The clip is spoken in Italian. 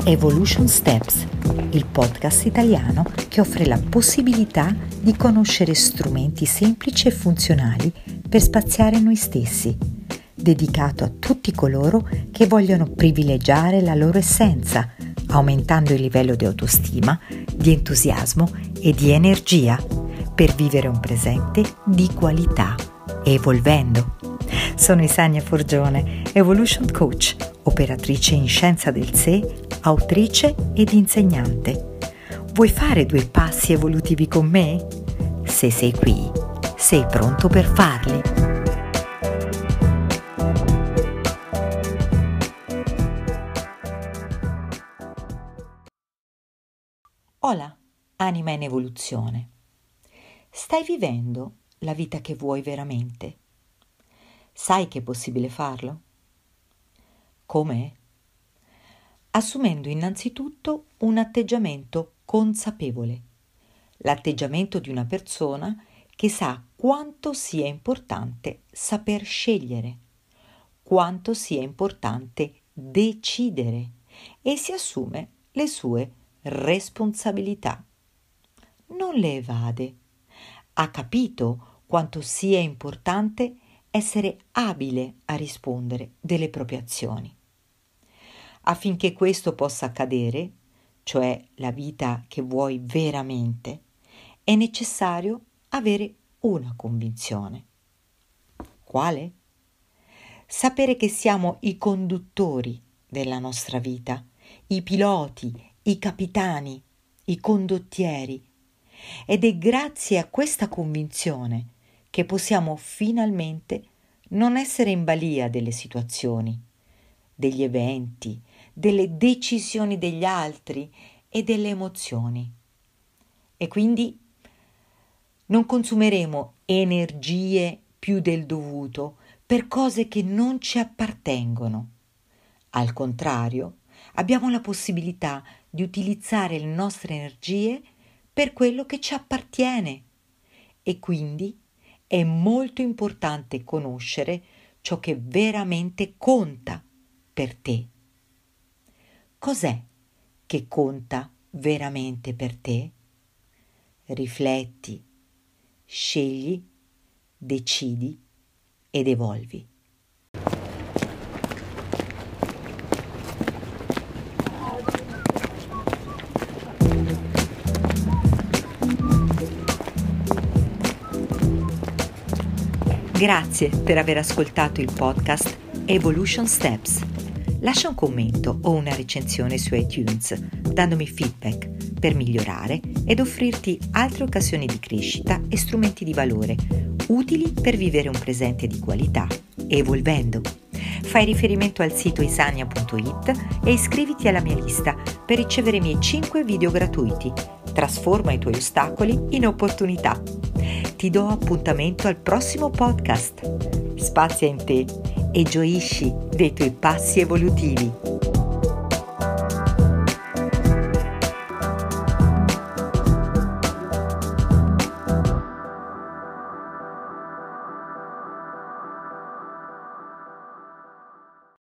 Evolution Steps, il podcast italiano che offre la possibilità di conoscere strumenti semplici e funzionali per spaziare noi stessi, dedicato a tutti coloro che vogliono privilegiare la loro essenza, aumentando il livello di autostima, di entusiasmo e di energia per vivere un presente di qualità, evolvendo. Sono Isania Forgione, Evolution Coach, operatrice in scienza del sé, autrice ed insegnante. Vuoi fare 2 passi evolutivi con me? Se sei qui, sei pronto per farli. Hola, anima in evoluzione. Stai vivendo la vita che vuoi veramente? Sai che è possibile farlo? Come? Assumendo innanzitutto un atteggiamento consapevole, l'atteggiamento di una persona che sa quanto sia importante saper scegliere, quanto sia importante decidere e si assume le sue responsabilità. Non le evade. Ha capito quanto sia importante essere abile a rispondere delle proprie azioni. Affinché questo possa accadere, cioè la vita che vuoi veramente, è necessario avere una convinzione. Quale? Sapere che siamo i conduttori della nostra vita, i piloti, i capitani, i condottieri. Ed è grazie a questa convinzione che possiamo finalmente non essere in balia delle situazioni, degli eventi, delle decisioni degli altri e delle emozioni. E quindi non consumeremo energie più del dovuto per cose che non ci appartengono. Al contrario, abbiamo la possibilità di utilizzare le nostre energie per quello che ci appartiene e quindi è molto importante conoscere ciò che veramente conta per te. Cos'è che conta veramente per te? Rifletti, scegli, decidi ed evolvi. Grazie per aver ascoltato il podcast Evolution Steps. Lascia un commento o una recensione su iTunes, dandomi feedback per migliorare ed offrirti altre occasioni di crescita e strumenti di valore, utili per vivere un presente di qualità, evolvendo. Fai riferimento al sito isania.it e iscriviti alla mia lista per ricevere i miei 5 video gratuiti. Trasforma i tuoi ostacoli in opportunità. Ti do appuntamento al prossimo podcast. Spazia in te e gioisci dei tuoi passi evolutivi.